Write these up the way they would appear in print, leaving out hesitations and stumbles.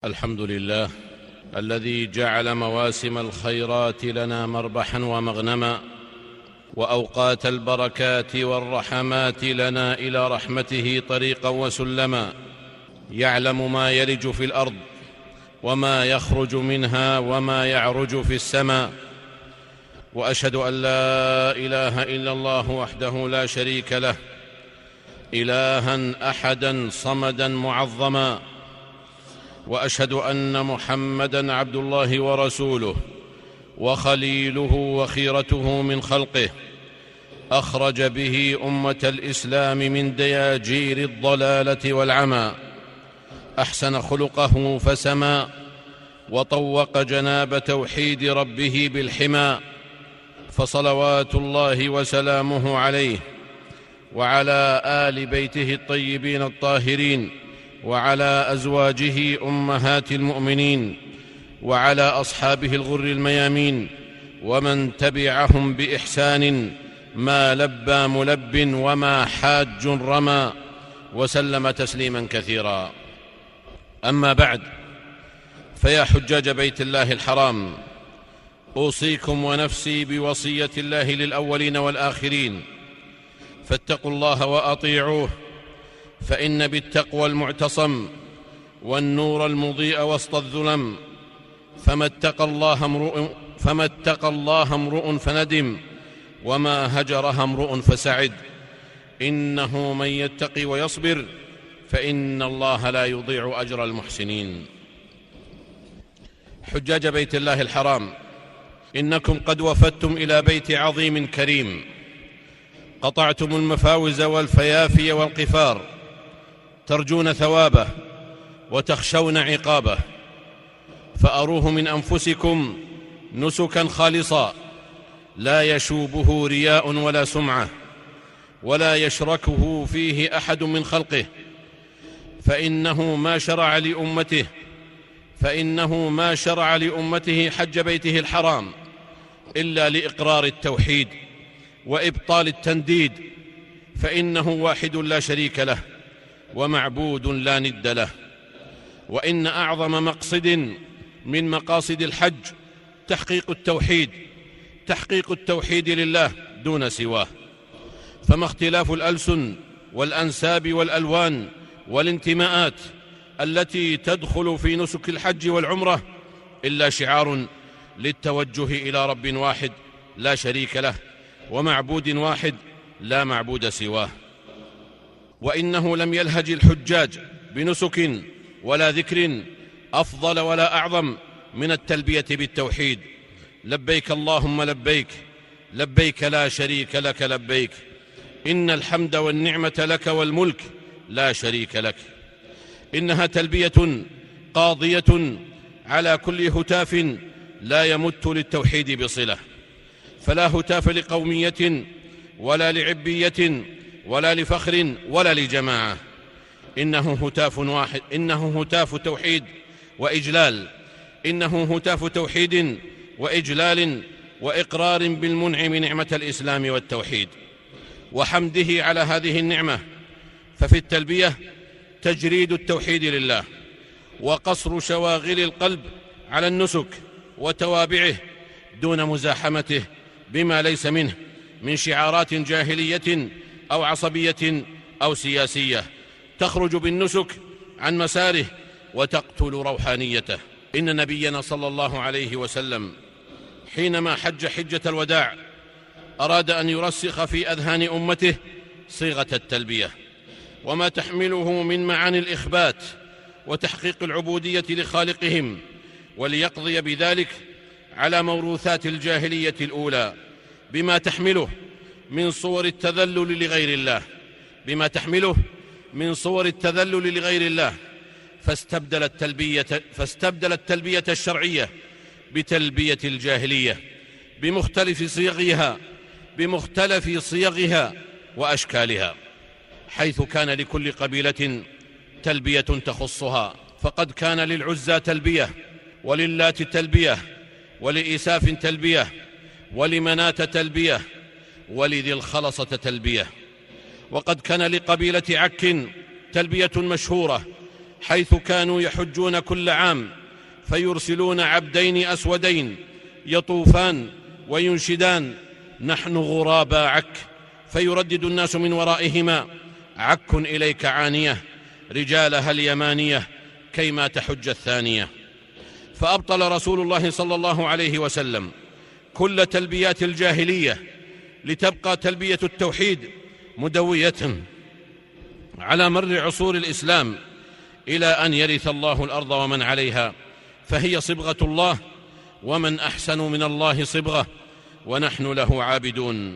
الحمد لله الذي جعل مواسم الخيرات لنا مربحا ومغنما، وأوقات البركات والرحمات لنا إلى رحمته طريقا وسلما. يعلم ما يلج في الأرض وما يخرج منها وما يعرج في السماء، وأشهد أن لا إله إلا الله وحده لا شريك له، إلها أحدا صمدا معظما. وأشهد أن محمدًا عبد الله ورسوله وخليله وخيرته من خلقه، أخرج به أمة الإسلام من دياجير الضلالة والعمى، أحسن خلقه فسما، وطوق جناب توحيد ربه بالحمى. فصلوات الله وسلامه عليه وعلى آل بيته الطيبين الطاهرين، وعلى أزواجه أمهات المؤمنين، وعلى أصحابه الغر الميامين، ومن تبعهم بإحسان ما لبى ملب وما حاج رمى، وسلم تسليما كثيرا. أما بعد، فيا حجاج بيت الله الحرام، أوصيكم ونفسي بوصية الله للأولين والآخرين، فاتقوا الله وأطيعوه، فإن بالتقوى المعتصم والنور المضيء وسط الظلم. فما اتقى الله امرؤ فندم، وما هجرها امرؤ فسعد. إنه من يتقي ويصبر فإن الله لا يضيع أجر المحسنين. حجاج بيت الله الحرام، إنكم قد وفدتم إلى بيت عظيم كريم، قطعتم المفاوز والفيافي والقفار، ترجون ثوابه وتخشون عقابه، فأروه من أنفسكم نسكا خالصا لا يشوبه رياء ولا سمعة، ولا يشركه فيه أحد من خلقه، فإنه ما شرع لأمته حج بيته الحرام إلا لإقرار التوحيد وإبطال التنديد، فإنه واحد لا شريك له ومعبود لا ند له. وإن أعظم مقصد من مقاصد الحج تحقيق التوحيد لله دون سواه. فما اختلاف الألسن والأنساب والألوان والانتماءات التي تدخل في نسك الحج والعمرة إلا شعار للتوجه إلى رب واحد لا شريك له ومعبود واحد لا معبود سواه. وإنه لم يلهج الحجاج بنسك ولا ذكر أفضل ولا أعظم من التلبية بالتوحيد: لبيك اللهم لبيك، لبيك لا شريك لك لبيك، إن الحمد والنعمة لك والملك لا شريك لك. إنها تلبية قاضية على كل هتاف لا يمت للتوحيد بصلة، فلا هتاف لقومية ولا لعبية ولا لفخر ولا لجماعة، إنه هتاف واحد، إنه هتاف توحيد وإجلال، إنه هتاف توحيد وإجلال وإقرار بالمنعم نعمة الإسلام والتوحيد وحمده على هذه النعمة. ففي التلبية تجريد التوحيد لله، وقصر شواغل القلب على النسك وتوابعه دون مزاحمته بما ليس منه من شعارات جاهلية أو عصبية أو سياسية تخرج بالنسك عن مساره وتقتل روحانيته. إن نبينا صلى الله عليه وسلم حينما حج حجة الوداع أراد أن يرسخ في أذهان أمته صيغة التلبية وما تحمله من معاني الإخبات وتحقيق العبودية لخالقهم، وليقضي بذلك على موروثات الجاهلية الأولى بما تحمله من صور التذلل لغير الله، فاستبدل التلبية الشرعية بتلبية الجاهلية بمختلف صيغها وأشكالها، حيث كان لكل قبيلة تلبية تخصها. فقد كان للعزى تلبية، وللات تلبية، ولإساف تلبية، ولمناة تلبية، ولذي الخلصة تلبية. وقد كان لقبيلة عك تلبية مشهورة حيث كانوا يحجون كل عام فيرسلون عبدين أسودين يطوفان وينشدان: نحن غرابا عك، فيردد الناس من ورائهما: عك إليك عانية رجالها اليمانية كيما تحج الثانية. فأبطل رسول الله صلى الله عليه وسلم كل تلبيات الجاهلية لتبقى تلبية التوحيد مدوية على مر عصور الإسلام إلى أن يرث الله الأرض ومن عليها، فهي صبغة الله، ومن أحسن من الله صبغة، ونحن له عابدون.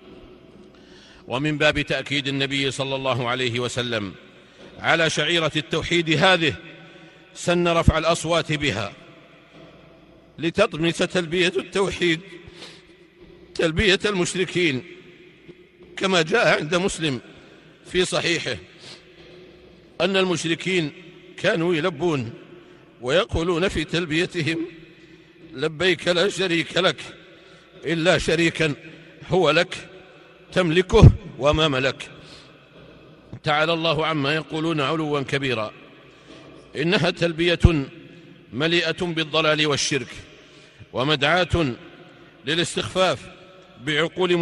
ومن باب تأكيد النبي صلى الله عليه وسلم على شعيرة التوحيد هذه سن رفع الأصوات بها لتطمس تلبية التوحيد تلبية المشركين، كما جاء عند مسلم في صحيحه أن المشركين كانوا يلبون ويقولون في تلبيتهم: لبيك لا شريك لك إلا شريكا هو لك تملكه وما ملك. تعالى الله عما يقولون علوا كبيرا. إنها تلبية مليئة بالضلال والشرك، ومدعاة للاستخفاف بعقول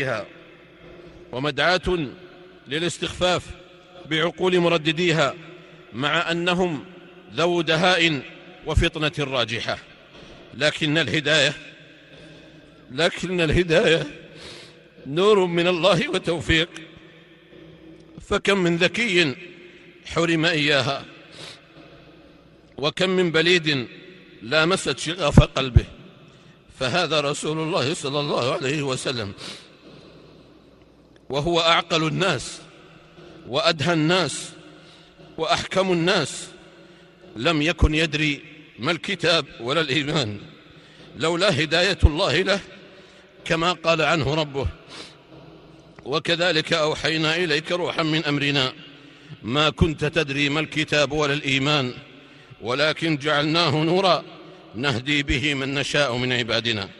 مردديها مع أنهم ذو دهاء وفطنة راجحة. لكن الهداية نور من الله وتوفيق، فكم من ذكي حرم إياها، وكم من بليد لامست شغاف قلبه. فهذا رسول الله صلى الله عليه وسلم، وهو أعقل الناس وأدهى الناس وأحكم الناس، لم يكن يدري ما الكتاب ولا الإيمان لولا هداية الله له، كما قال عنه ربه: وكذلك أوحينا إليك روحا من أمرنا ما كنت تدري ما الكتاب ولا الإيمان ولكن جعلناه نورا نهدي به من نشاء من عبادنا.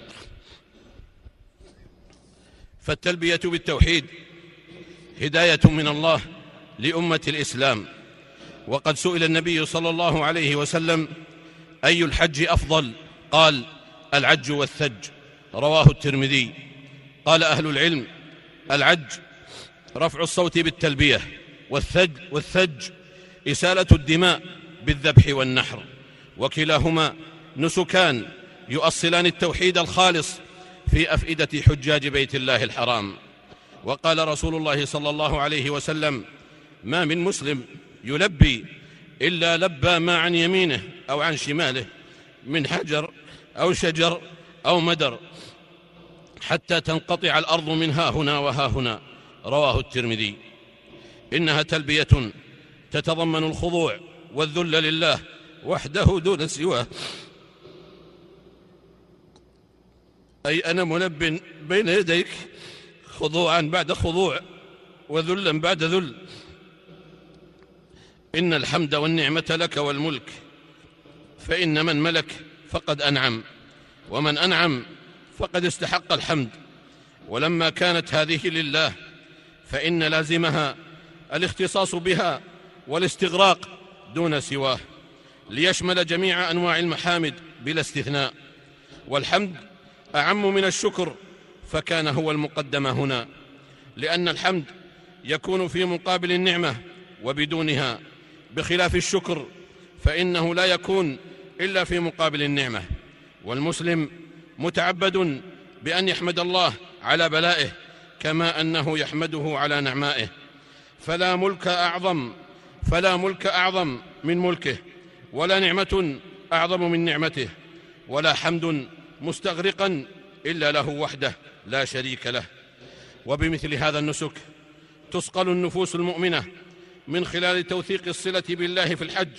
فالتلبية بالتوحيد هداية من الله لأمة الإسلام. وقد سئل النبي صلى الله عليه وسلم: أي الحج أفضل؟ قال: العج والثج، رواه الترمذي. قال أهل العلم: العج رفع الصوت بالتلبية، والثج إسالة الدماء بالذبح والنحر، وكلاهما نسكان يؤصلان التوحيد الخالص في أفئدة حجاج بيت الله الحرام. وقال رسول الله صلى الله عليه وسلم: ما من مسلم يلبي إلا لبى ما عن يمينه أو عن شماله من حجر أو شجر أو مدر حتى تنقطع الأرض من ها هنا وها هنا، رواه الترمذي. إنها تلبية تتضمن الخضوع والذل لله وحده دون سواه، أي أنا ملب بين يديك خضوعا بعد خضوع وذلا بعد ذل. إن الحمد والنعمة لك والملك، فإن من ملك فقد أنعم، ومن أنعم فقد استحق الحمد. ولما كانت هذه لله فإن لازمها الاختصاص بها والاستغراق دون سواه، ليشمل جميع أنواع المحامد بلا استثناء. والحمد أعم من الشكر، فكان هو المقدم هنا، لأن الحمد يكون في مقابل النعمة وبدونها، بخلاف الشكر فإنه لا يكون إلا في مقابل النعمة. والمسلم متعبد بأن يحمد الله على بلائه كما أنه يحمده على نعمائه، فلا ملك أعظم من ملكه، ولا نعمة أعظم من نعمته، ولا حمد مستغرقا إلا له وحده لا شريك له. وبمثل هذا النسك تسقل النفوس المؤمنة من خلال توثيق الصلة بالله في الحج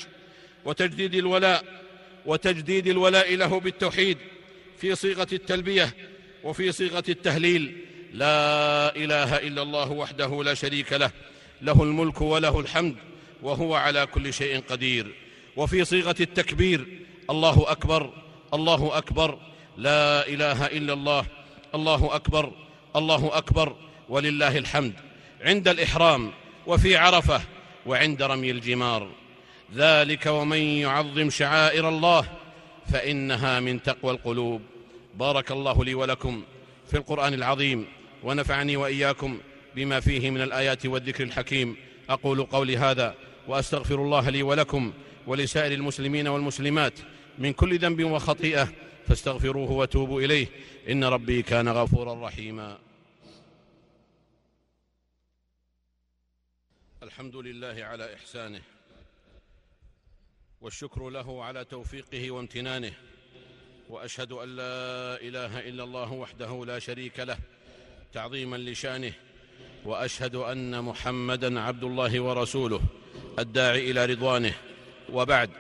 وتجديد الولاء له بالتوحيد في صيغة التلبية وفي صيغة التهليل: لا إله إلا الله وحده لا شريك له، له الملك وله الحمد وهو على كل شيء قدير. وفي صيغة التكبير: الله أكبر الله أكبر، لا إله إلا الله، الله أكبر الله أكبر ولله الحمد، عند الإحرام وفي عرفة وعند رمي الجمار. ذلك ومن يعظم شعائر الله فإنها من تقوى القلوب. بارك الله لي ولكم في القرآن العظيم، ونفعني وإياكم بما فيه من الآيات والذكر الحكيم. أقول قولي هذا وأستغفر الله لي ولكم ولسائر المسلمين والمسلمات من كل ذنب وخطيئة، فاستغفروه وتوبوا إليه، إن ربي كان غفورا رحيما. الحمد لله على إحسانه، والشكر له على توفيقه وامتنانه، وأشهد أن لا إله إلا الله وحده لا شريك له تعظيما لشأنه، وأشهد أن محمدًا عبد الله ورسوله الداعي إلى رضوانه. وبعد،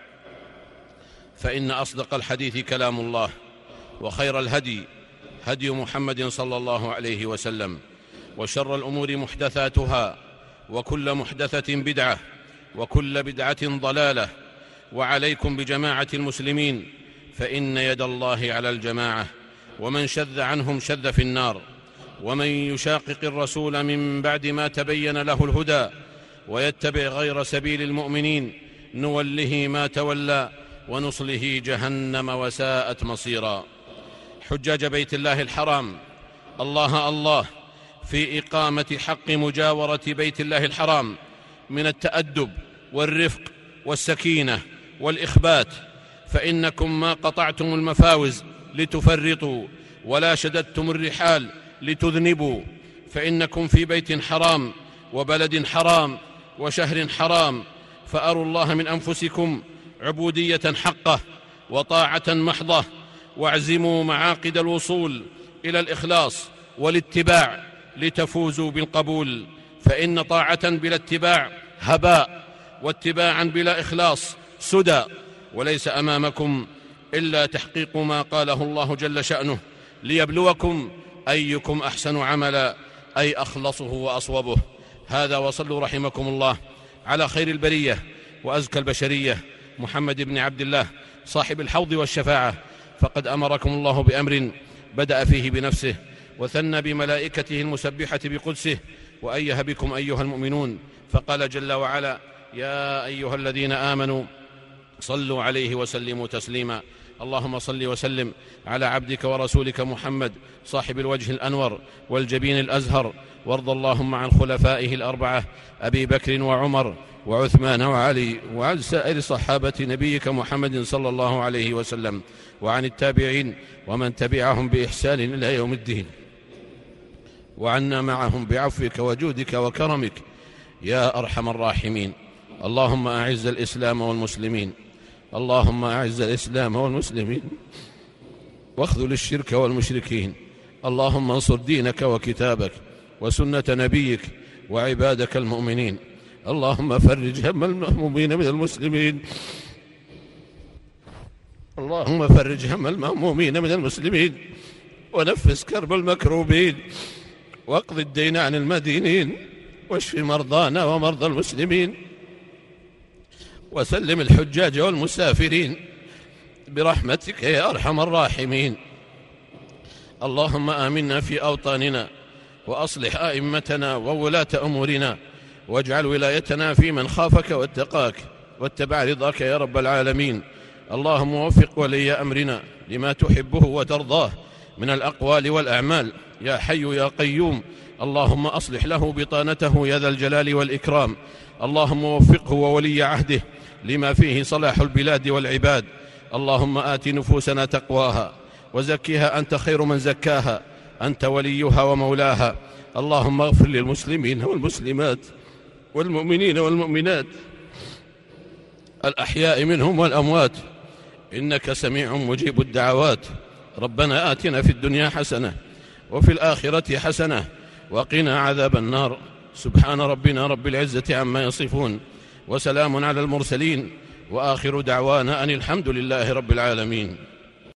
فإن أصدق الحديث كلام الله، وخير الهدي هدي محمد صلى الله عليه وسلم، وشر الأمور محدثاتها، وكل محدثة بدعة، وكل بدعة ضلالة. وعليكم بجماعة المسلمين، فإن يد الله على الجماعة، ومن شذ عنهم شذ في النار. ومن يشاقق الرسول من بعد ما تبين له الهدى ويتبع غير سبيل المؤمنين نوله ما تولى ونصله جهنم وساءت مصيرا. حجاج بيت الله الحرام، الله الله في إقامة حق مجاورة بيت الله الحرام من التأدب والرفق والسكينة والإخبات، فإنكم ما قطعتم المفاوز لتفرطوا، ولا شددتم الرحال لتذنبوا، فإنكم في بيت حرام وبلد حرام وشهر حرام، فأروا الله من أنفسكم عبودية حقة وطاعة محضة، واعزموا معاقد الوصول إلى الإخلاص والاتباع لتفوزوا بالقبول، فإن طاعة بلا اتباع هباء، واتباعا بلا إخلاص سدى، وليس أمامكم إلا تحقيق ما قاله الله جل شأنه: ليبلوكم أيكم أحسن عملا، أي أخلصه وأصوبه. هذا، وصلوا رحمكم الله على خير البرية وأزكى البشرية محمد بن عبد الله صاحب الحوض والشفاعة، فقد أمركم الله بأمر بدأ فيه بنفسه، وثنى بملائكته المسبحة بقدسه، وأيه بكم أيها المؤمنون، فقال جل وعلا: يا أيها الذين آمنوا صلوا عليه وسلموا تسليما. اللهم صل وسلم على عبدك ورسولك محمد صاحب الوجه الأنور والجبين الأزهر، وارض اللهم عن خلفائه الأربعة أبي بكر وعمر وعثمان وعلي، وعن سائر صحابة نبيك محمد صلى الله عليه وسلم، وعن التابعين ومن تبعهم بإحسان إلى يوم الدين، وعنا معهم بعفوك وجودك وكرمك يا أرحم الراحمين. اللهم أعز الإسلام والمسلمين، اللهم أعز الإسلام والمسلمين، واخذل الشرك والمشركين. اللهم انصر دينك وكتابك وسنة نبيك وعبادك المؤمنين. اللهم فرج هم المهمومين من المسلمين، اللهم فرج هم المهمومين من المسلمين، ونفس كرب المكروبين، واقض الدين عن المدينين، واشف مرضانا ومرضى المسلمين، وسلم الحجاج والمسافرين برحمتك يا أرحم الراحمين. اللهم آمنا في أوطاننا، وأصلح أئمتنا وولاة أمورنا، واجعل ولايتنا في من خافك واتقاك واتبع رضاك يا رب العالمين. اللهم وفق ولي أمرنا لما تحبه وترضاه من الأقوال والأعمال يا حي يا قيوم. اللهم أصلح له بطانته يا ذا الجلال والإكرام. اللهم وفقه وولي عهده لما فيه صلاح البلاد والعباد. اللهم آت نفوسنا تقواها وزكها أنت خير من زكاها، أنت وليها ومولاها. اللهم اغفر للمسلمين والمسلمات والمؤمنين والمؤمنات الأحياء منهم والأموات، إنك سميع مجيب الدعوات. ربنا آتنا في الدنيا حسنة وفي الآخرة حسنة وقنا عذاب النار. سبحان ربنا رب العزة عما يصفون، وسلام على المرسلين، وآخر دعوانا أن الحمد لله رب العالمين.